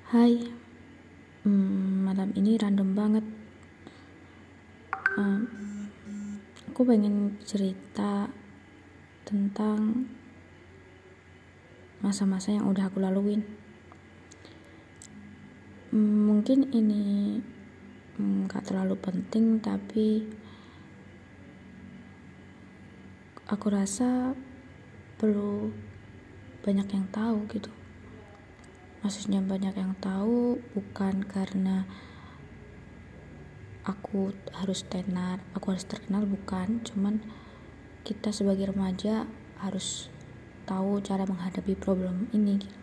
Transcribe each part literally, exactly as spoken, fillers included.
Hai, hmm, malam ini random banget. Um, aku pengen cerita tentang masa-masa yang udah aku laluin. Hmm, mungkin ini hmm, gak terlalu penting, tapi aku rasa perlu banyak yang tahu gitu. Maksudnya banyak yang tahu bukan karena aku harus tenar, aku harus terkenal, bukan. Cuman kita sebagai remaja harus tahu cara menghadapi problem ini gitu.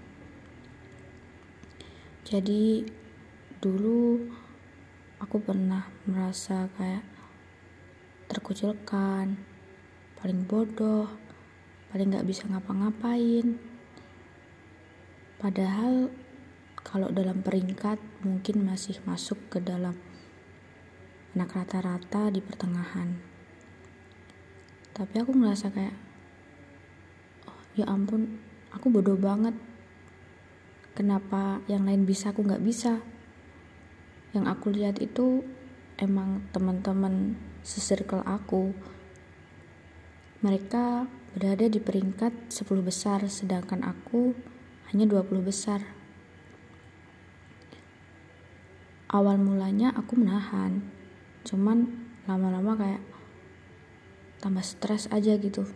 Jadi dulu aku pernah merasa kayak terkucilkan, paling bodoh, paling gak bisa ngapa-ngapain. Padahal kalau dalam peringkat mungkin masih masuk ke dalam anak rata-rata di pertengahan. Tapi aku merasa kayak, oh ya ampun, aku bodoh banget. Kenapa yang lain bisa aku gak bisa? Yang aku lihat itu emang teman-teman se-circle aku, mereka berada di peringkat sepuluh besar, sedangkan aku hanya dua puluh besar. Awal mulanya aku menahan, cuman lama-lama kayak tambah stres aja gitu.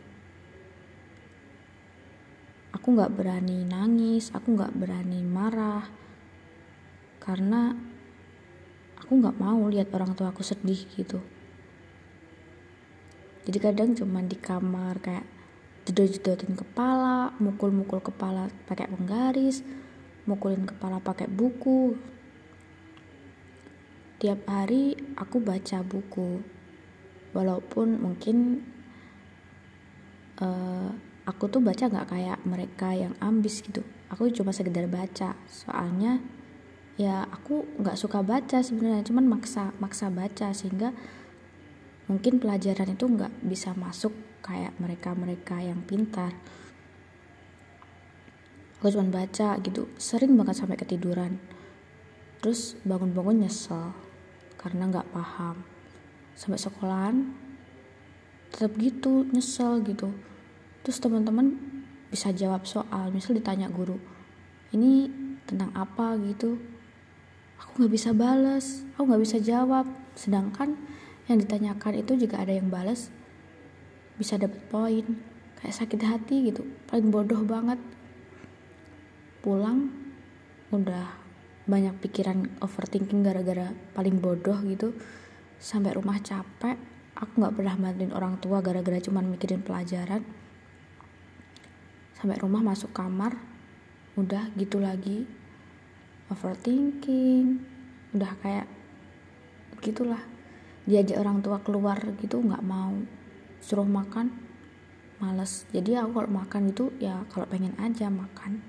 Aku gak berani nangis, aku gak berani marah, karena aku gak mau lihat orang tua aku sedih gitu. Jadi kadang cuman di kamar kayak jedot-jedotin kepala, mukul-mukul kepala pakai penggaris, mukulin kepala pakai buku. Tiap hari aku baca buku, walaupun mungkin uh, aku tuh baca gak kayak mereka yang ambis gitu. Aku cuma sekedar baca, soalnya ya aku gak suka baca sebenarnya, cuman maksa maksa baca sehingga mungkin pelajaran itu gak bisa masuk kayak mereka-mereka yang pintar. Aku cuma baca gitu, sering banget sampai ketiduran. Terus bangun-bangun nyesel karena gak paham. Sampai sekolahan tetap gitu, nyesel gitu. Terus teman-teman bisa jawab soal, misal ditanya guru, ini tentang apa gitu, aku gak bisa balas, aku gak bisa jawab. Sedangkan yang ditanyakan itu juga ada yang balas, bisa dapet poin. Kayak sakit hati gitu, paling bodoh banget. Pulang udah banyak pikiran overthinking gara-gara paling bodoh gitu. Sampai rumah capek, aku gak pernah bantuin orang tua gara-gara cuman mikirin pelajaran. Sampai rumah masuk kamar, udah gitu lagi, overthinking, udah kayak gitulah. Diajak orang tua keluar gitu gak mau, suruh makan males. Jadi aku kalau makan gitu ya kalau pengen aja makan.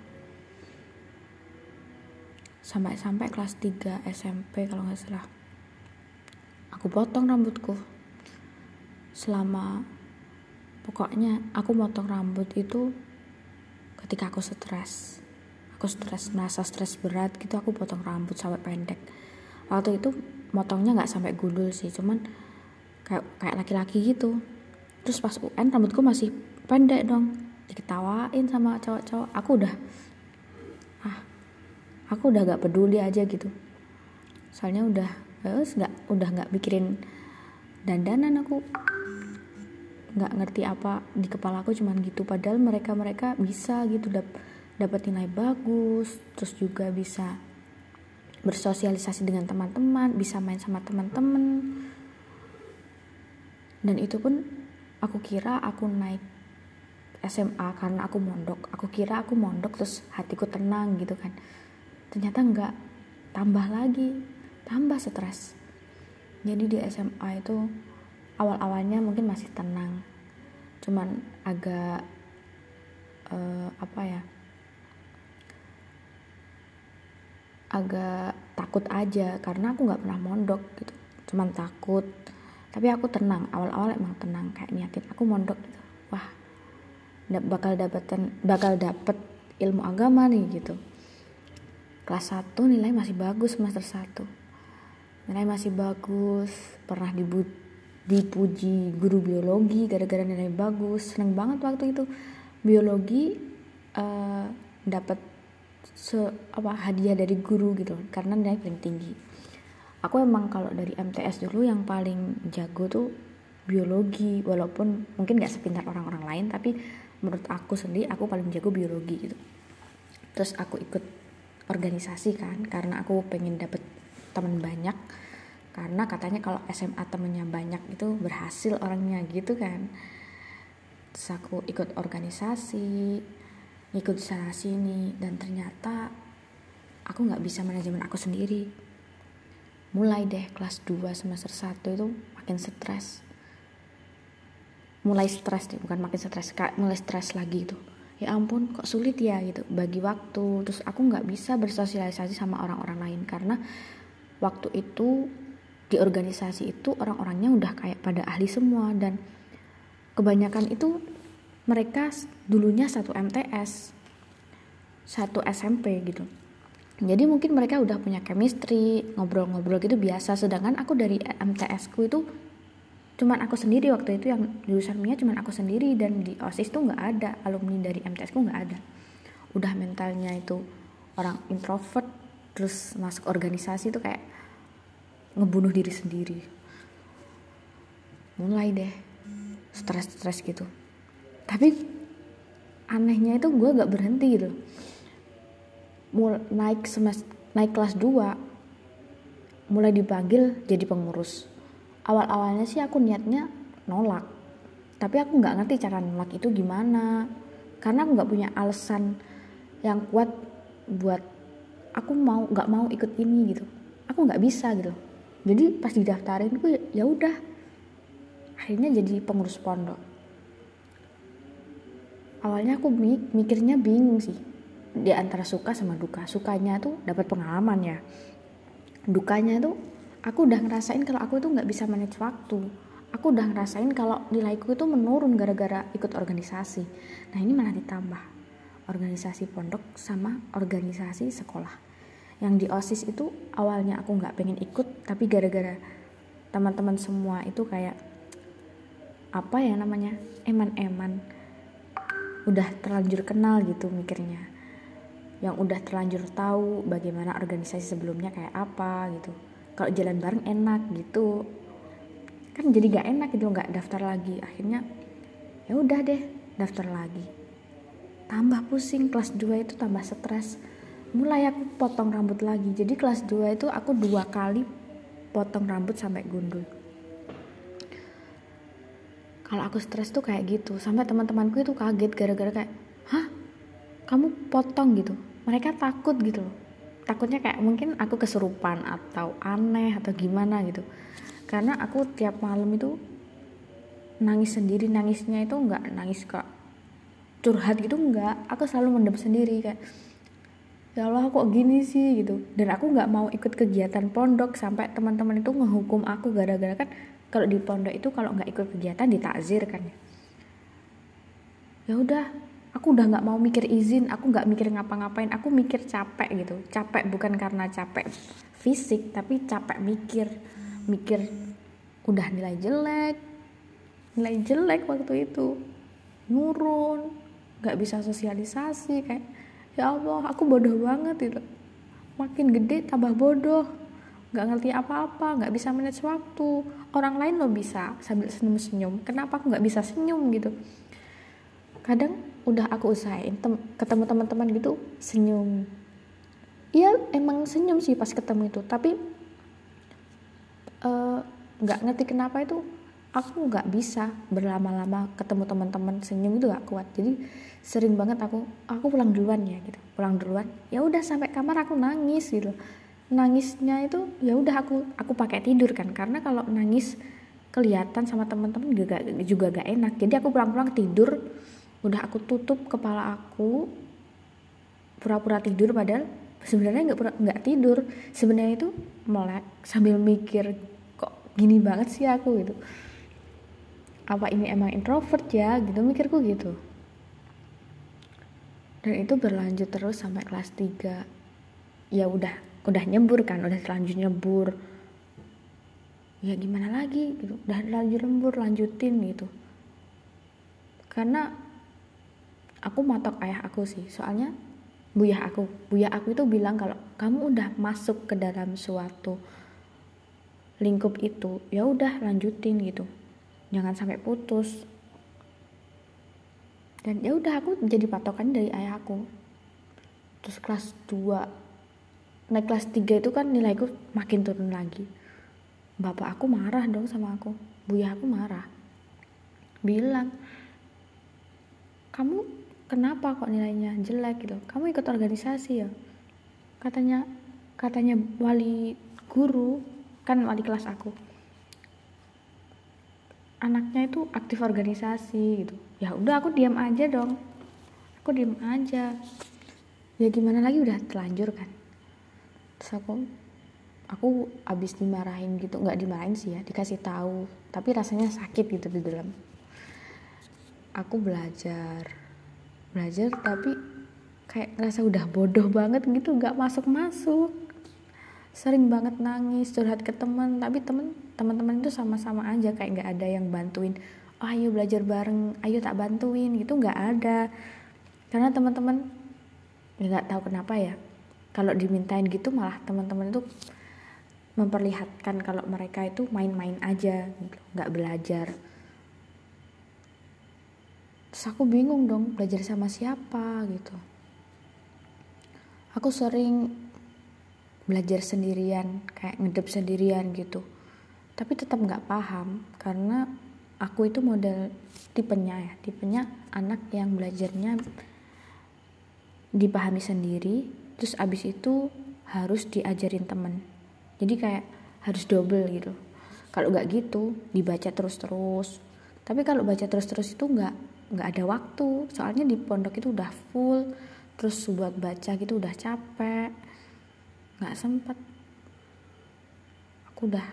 Sampai-sampai kelas tiga S M P kalau gak salah, aku potong rambutku. Selama pokoknya aku motong rambut itu ketika aku stres. Aku stres, merasa stres berat gitu, aku potong rambut sampai pendek. Waktu itu motongnya gak sampai gundul sih, cuman kayak kayak laki-laki gitu. Terus pas U N rambutku masih pendek dong, diketawain sama cowok-cowok. Aku udah ah aku udah gak peduli aja gitu, soalnya udah eh, gak, udah gak mikirin dandanan. Aku gak ngerti apa di kepala aku cuman gitu. Padahal mereka-mereka bisa gitu dap- dapat nilai bagus, terus juga bisa bersosialisasi dengan teman-teman, bisa main sama teman-teman. Dan itu pun aku kira aku naik S M A karena aku mondok. Aku kira aku mondok terus hatiku tenang gitu kan. Ternyata enggak, tambah lagi, tambah stres. Jadi di S M A itu awal-awalnya mungkin masih tenang, cuman agak uh, apa ya agak takut aja karena aku nggak pernah mondok gitu, cuman takut. Tapi aku tenang, awal-awal emang tenang, kayak niatin aku mondok gitu, wah bakal dapetin bakal dapet ilmu agama nih gitu. kelas satu nilai masih bagus, semester satu nilai masih bagus, pernah dibu- dipuji guru biologi gara-gara nilai bagus. Seneng banget waktu itu biologi uh, dapat se apa hadiah dari guru gitu karena nilai paling tinggi. Aku emang kalau dari M T S dulu yang paling jago tuh biologi, walaupun mungkin gak sepintar orang-orang lain, tapi menurut aku sendiri aku paling jago biologi gitu. Terus aku ikut organisasi kan karena aku pengen dapet teman banyak, karena katanya kalau S M A temennya banyak itu berhasil orangnya gitu kan. Terus aku ikut organisasi, ikut sana sini, dan ternyata aku gak bisa manajemen aku sendiri. Mulai deh kelas dua semester satu itu makin stres, mulai stres deh, bukan makin stres, mulai stres lagi gitu. Ya ampun, kok sulit ya gitu bagi waktu. Terus aku nggak bisa bersosialisasi sama orang-orang lain karena waktu itu di organisasi itu orang-orangnya udah kayak pada ahli semua, dan kebanyakan itu mereka dulunya satu M T S, satu S M P gitu. Jadi mungkin mereka udah punya chemistry, ngobrol-ngobrol gitu biasa. Sedangkan aku dari M T S ku itu cuman aku sendiri waktu itu, yang jurusan M I A cuman aku sendiri, dan di OSIS tuh nggak ada, alumni dari M T S ku nggak ada. Udah mentalnya itu orang introvert, terus masuk organisasi tuh kayak ngebunuh diri sendiri. Mulai deh stres-stres gitu. Tapi anehnya itu gue nggak berhenti gitu. Mulai naik semester, naik kelas dua mulai dipanggil jadi pengurus. Awal-awalnya sih aku niatnya nolak, tapi aku nggak ngerti cara nolak itu gimana, karena aku nggak punya alasan yang kuat buat aku mau nggak mau ikut ini gitu. Aku nggak bisa gitu. Jadi pas didaftarin gue ya udah, akhirnya jadi pengurus pondok. Awalnya aku mikirnya bingung sih di antara suka sama duka. Sukanya tuh dapat pengalaman ya, dukanya tuh aku udah ngerasain kalau aku tuh gak bisa manage waktu. Aku udah ngerasain kalau nilaiku itu menurun gara-gara ikut organisasi. Nah ini malah ditambah organisasi pondok sama organisasi sekolah. Yang di OSIS itu awalnya aku gak pengen ikut, tapi gara-gara teman-teman semua itu kayak apa ya namanya, eman-eman, udah terlanjur kenal gitu mikirnya, yang udah terlanjur tahu bagaimana organisasi sebelumnya kayak apa gitu. Kalau jalan bareng enak gitu kan, jadi gak enak gitu nggak daftar lagi. Akhirnya ya udah deh daftar lagi, tambah pusing. Kelas dua itu tambah stres, mulai aku potong rambut lagi. Jadi kelas dua itu aku dua kali potong rambut sampai gundul. Kalau aku stres tuh kayak gitu, sampai teman-temanku itu kaget gara-gara kayak, hah kamu potong gitu. Mereka takut gitu loh, takutnya kayak mungkin aku kesurupan atau aneh atau gimana gitu. Karena aku tiap malam itu nangis sendiri. Nangisnya itu nggak nangis kok curhat gitu, nggak. Aku selalu mendem sendiri kayak, ya Allah kok gini sih gitu. Dan aku nggak mau ikut kegiatan pondok sampai teman-teman itu ngehukum aku gara-gara kan kalau di pondok itu kalau nggak ikut kegiatan ditakzir kan. Ya udah, aku udah nggak mau mikir izin, aku nggak mikir ngapa-ngapain, aku mikir capek gitu. Capek bukan karena capek fisik, tapi capek mikir mikir udah nilai jelek nilai jelek waktu itu, nurun, nggak bisa sosialisasi. Kayak ya Allah aku bodoh banget gitu. Makin gede tambah bodoh, nggak ngerti apa-apa, nggak bisa manage waktu. Orang lain lo bisa sambil senyum-senyum, kenapa aku nggak bisa senyum gitu. Kadang udah aku usahain tem- ketemu teman-teman gitu senyum, iya emang senyum sih pas ketemu itu, tapi nggak uh, ngerti kenapa itu aku nggak bisa berlama-lama ketemu teman-teman senyum itu nggak kuat. Jadi sering banget aku aku pulang duluan ya gitu, pulang duluan ya udah sampai kamar aku nangis gitu. Nangisnya itu ya udah aku aku pakai tidur kan, karena kalau nangis kelihatan sama teman-teman juga juga gak enak. Jadi aku pulang-pulang tidur, udah aku tutup kepala aku, pura-pura tidur padahal sebenarnya nggak nggak tidur. Sebenarnya itu melek sambil mikir kok gini banget sih aku gitu, apa ini emang introvert ya gitu, mikirku gitu. Dan itu berlanjut terus sampai kelas tiga. ya udah udah nyebur kan, udah terlanjur nyebur, ya gimana lagi gitu, udah terlanjur nyebur lanjutin gitu. Karena aku matok ayah aku sih, soalnya buyah aku buyah aku itu bilang kalau kamu udah masuk ke dalam suatu lingkup itu, ya udah lanjutin gitu, jangan sampai putus. Dan ya udah aku jadi patokan dari ayah aku. Terus kelas dua naik kelas tiga itu kan nilaiku makin turun lagi. Bapak aku marah dong sama aku, buyah aku marah, bilang, kamu kenapa kok nilainya jelek gitu, kamu ikut organisasi ya, katanya katanya wali guru kan, wali kelas aku, anaknya itu aktif organisasi gitu. Ya udah aku diam aja dong, aku diam aja, ya gimana lagi, udah telanjur kan. Terus aku aku abis dimarahin gitu, nggak dimarahin sih ya, dikasih tahu, tapi rasanya sakit gitu di dalam. Aku belajar belajar tapi kayak ngerasa udah bodoh banget gitu, nggak masuk masuk. Sering banget nangis, curhat ke teman, tapi temen teman-teman itu sama-sama aja, kayak nggak ada yang bantuin. Oh, ayo belajar bareng, ayo tak bantuin gitu, nggak ada. Karena teman-teman ya nggak tahu kenapa ya, kalau dimintain gitu malah teman-teman itu memperlihatkan kalau mereka itu main-main aja gitu, nggak belajar. Terus aku bingung dong, belajar sama siapa gitu. Aku sering belajar sendirian, kayak ngedep sendirian gitu, tapi tetap nggak paham. Karena aku itu model tipenya ya tipenya anak yang belajarnya dipahami sendiri, terus abis itu harus diajarin temen, jadi kayak harus double gitu. Kalau nggak gitu dibaca terus-terus, tapi kalau baca terus-terus itu nggak nggak ada waktu, soalnya di pondok itu udah full, terus buat baca gitu udah capek, nggak sempet. Aku udah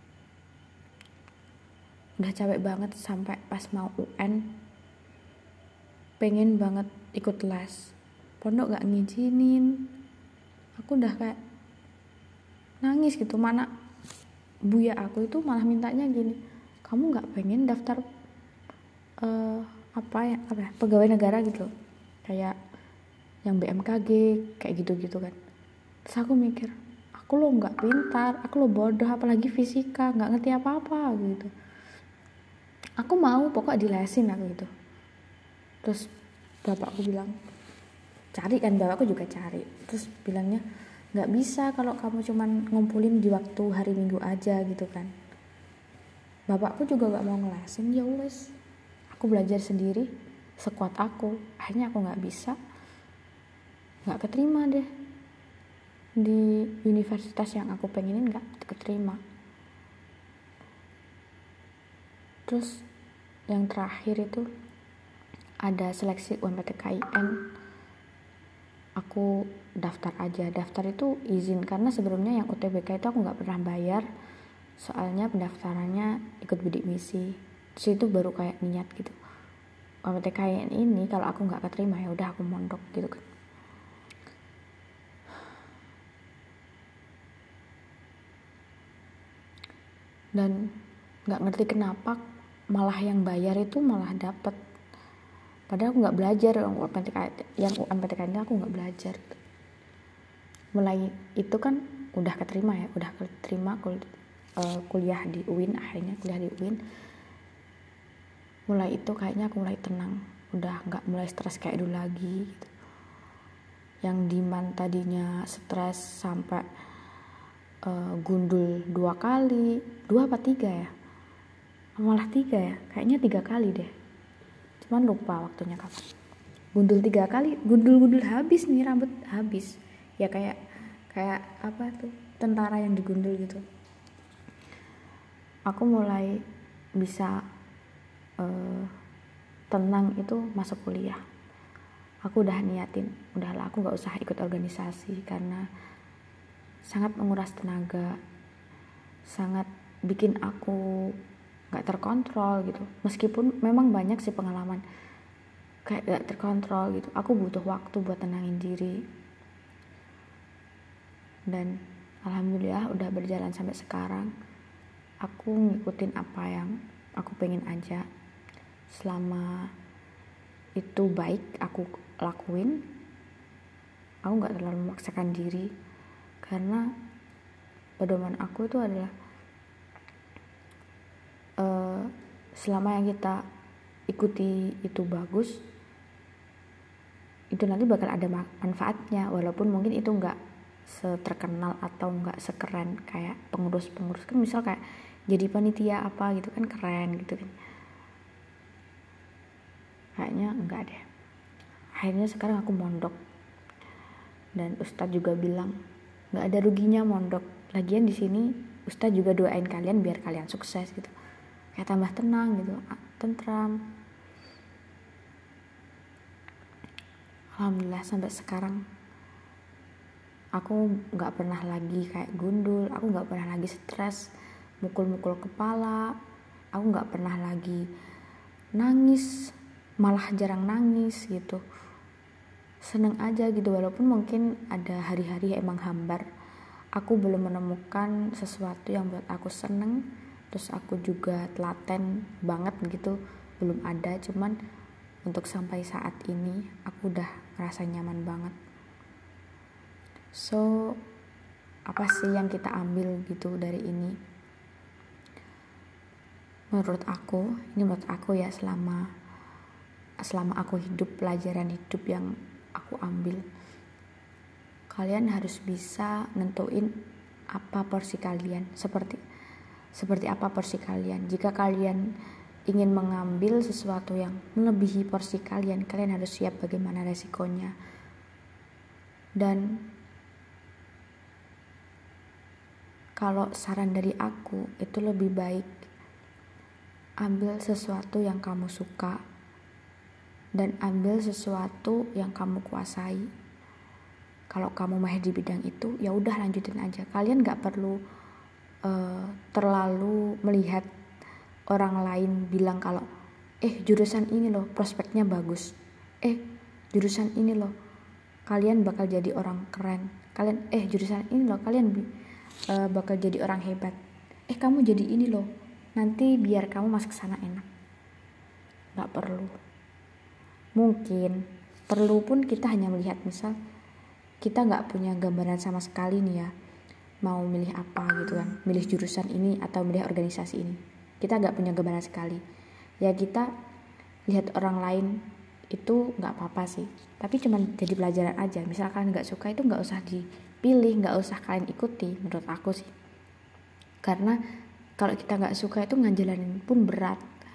udah capek banget, sampai pas mau U N pengen banget ikut les, pondok nggak ngizinin. Aku udah kayak nangis gitu. Mana buya aku itu malah mintanya gini, kamu nggak pengen daftar uh, apa ya apa ya pegawai negara gitu, kayak yang B M K G kayak gitu-gitu kan. Terus aku mikir, aku lo nggak pintar, aku lo bodoh, apalagi fisika, nggak ngerti apa-apa gitu. Aku mau pokok dilesin aku gitu. Terus bapakku bilang, cari kan, bapakku juga cari. Terus bilangnya, nggak bisa kalau kamu cuman ngumpulin di waktu hari Minggu aja gitu kan. Bapakku juga nggak mau ngelesin, ya wes, aku belajar sendiri sekuat aku. Akhirnya aku nggak bisa, nggak keterima deh di universitas yang aku pengenin, nggak keterima. Terus yang terakhir itu ada seleksi U M P T K I N, aku daftar aja. Daftar itu izin, karena sebelumnya yang U T B K itu aku nggak pernah bayar, soalnya pendaftarannya ikut bidik misi. Terus itu baru kayak niat gitu, U M P T K I N ini kalau aku nggak keterima ya udah aku mondok gitu kan. Dan nggak ngerti kenapa malah yang bayar itu malah dapet, padahal aku nggak belajar. Yang U M P T K I N, yang U M P T K I N aku nggak belajar. Mulai itu kan udah keterima ya, udah keterima kul- uh, kuliah di U I N, akhirnya kuliah di U I N. Mulai itu kayaknya aku mulai tenang, udah nggak mulai stres kayak dulu lagi gitu. Yang Diman tadinya stres sampai uh, gundul dua kali, dua apa tiga ya, malah tiga ya, kayaknya tiga kali deh, cuman lupa waktunya kapan. Gundul tiga kali, gundul-gundul habis nih, rambut habis ya, kayak kayak apa tuh, tentara yang digundul gitu. Aku mulai bisa uh, tenang itu masuk kuliah. Aku udah niatin, udahlah aku nggak usah ikut organisasi karena sangat menguras tenaga, sangat bikin aku nggak terkontrol gitu. Meskipun memang banyak sih pengalaman kayak gak terkontrol gitu, aku butuh waktu buat tenangin diri. Dan alhamdulillah udah berjalan sampai sekarang. Aku ngikutin apa yang aku pengen aja. Selama itu baik aku lakuin, aku gak terlalu memaksakan diri. Karena pedoman aku itu adalah uh, selama yang kita ikuti itu bagus, itu nanti bakal ada manfaatnya. Walaupun mungkin itu gak seterkenal atau gak sekeren kayak pengurus-pengurus. Kan misal kayak jadi panitia apa gitu kan keren gitu kan. Kayaknya enggak deh. Akhirnya sekarang aku mondok. Dan Ustadz juga bilang nggak ada ruginya mondok. Lagian di sini Ustadz juga doain kalian biar kalian sukses gitu. Kayak tambah tenang gitu, tentram. Alhamdulillah sampai sekarang aku nggak pernah lagi kayak gundul. Aku nggak pernah lagi stres, mukul-mukul kepala. Aku nggak pernah lagi nangis, malah jarang nangis gitu. Seneng aja gitu, walaupun mungkin ada hari-hari emang hambar. Aku belum menemukan sesuatu yang buat aku seneng, terus aku juga telaten banget gitu, belum ada. Cuman untuk sampai saat ini aku udah ngerasa nyaman banget. So apa sih yang kita ambil gitu dari ini? Menurut aku, ini menurut aku ya, selama selama aku hidup, pelajaran hidup yang aku ambil, kalian harus bisa nentuin apa porsi kalian, seperti seperti apa porsi kalian. Jika kalian ingin mengambil sesuatu yang melebihi porsi kalian, kalian harus siap bagaimana resikonya. Dan kalau saran dari aku, itu lebih baik ambil sesuatu yang kamu suka dan ambil sesuatu yang kamu kuasai. Kalau kamu mahir di bidang itu, ya udah lanjutin aja. Kalian nggak perlu uh, terlalu melihat orang lain bilang kalau eh jurusan ini loh prospeknya bagus, eh jurusan ini loh kalian bakal jadi orang keren, kalian eh jurusan ini loh kalian uh, bakal jadi orang hebat, eh kamu jadi ini loh nanti biar kamu masuk sana enak. Nggak perlu. Mungkin perlu pun kita hanya melihat, misal kita nggak punya gambaran sama sekali nih ya, mau milih apa gitu kan, milih jurusan ini atau milih organisasi ini, kita nggak punya gambaran sekali. Ya kita lihat orang lain itu nggak apa-apa sih, tapi cuman jadi pelajaran aja. Misalkan nggak suka itu nggak usah dipilih, nggak usah kalian ikuti menurut aku sih. Karena kalau kita nggak suka itu ngejalanin pun berat.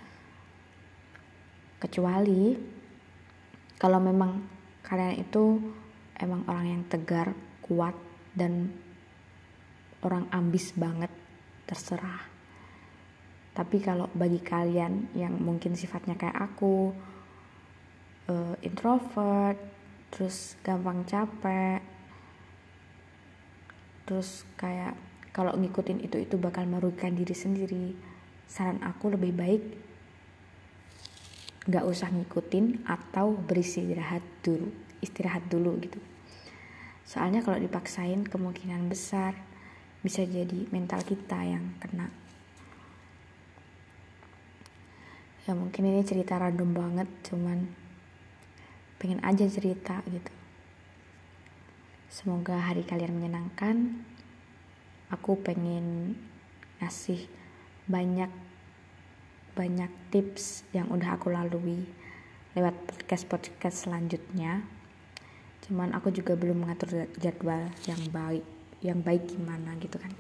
Kecuali kalau memang kalian itu emang orang yang tegar, kuat, dan orang ambis banget, terserah. Tapi kalau bagi kalian yang mungkin sifatnya kayak aku, uh, introvert, terus gampang capek, terus kayak kalau ngikutin itu-itu bakal merugikan diri sendiri, saran aku lebih baik gak usah ngikutin atau beristirahat dulu, istirahat dulu gitu. Soalnya kalau dipaksain kemungkinan besar bisa jadi mental kita yang kena. Ya mungkin ini cerita random banget, cuman pengen aja cerita gitu. Semoga hari kalian menyenangkan. Aku pengen ngasih banyak banyak tips yang udah aku lalui lewat podcast-podcast selanjutnya. Cuman aku juga belum mengatur jadwal yang baik, yang baik gimana gitu kan.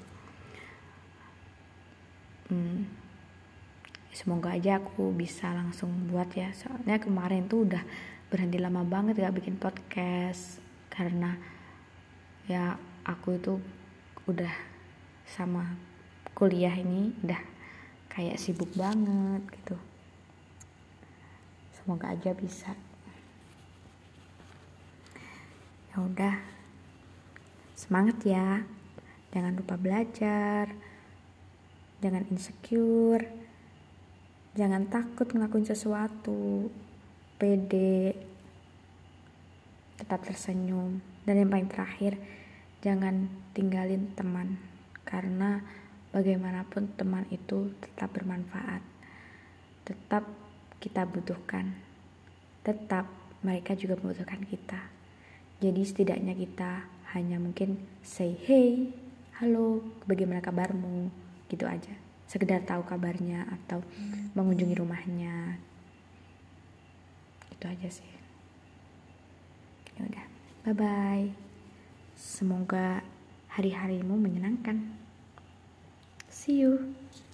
Hmm, semoga aja aku bisa langsung buat ya. Soalnya kemarin tuh udah berhenti lama banget gak bikin podcast karena ya aku itu udah sama kuliah ini udah kayak sibuk banget gitu. Semoga aja bisa. Ya udah, semangat ya. Jangan lupa belajar. Jangan insecure. Jangan takut ngelakuin sesuatu. Pede. Tetap tersenyum. Dan yang paling terakhir, jangan tinggalin teman, karena bagaimanapun teman itu tetap bermanfaat, tetap kita butuhkan, tetap mereka juga membutuhkan kita. Jadi setidaknya kita hanya mungkin say hey, halo, bagaimana kabarmu, gitu aja, sekedar tahu kabarnya atau mengunjungi rumahnya. Itu aja sih. Ya udah, bye bye. Semoga hari-harimu menyenangkan. See you.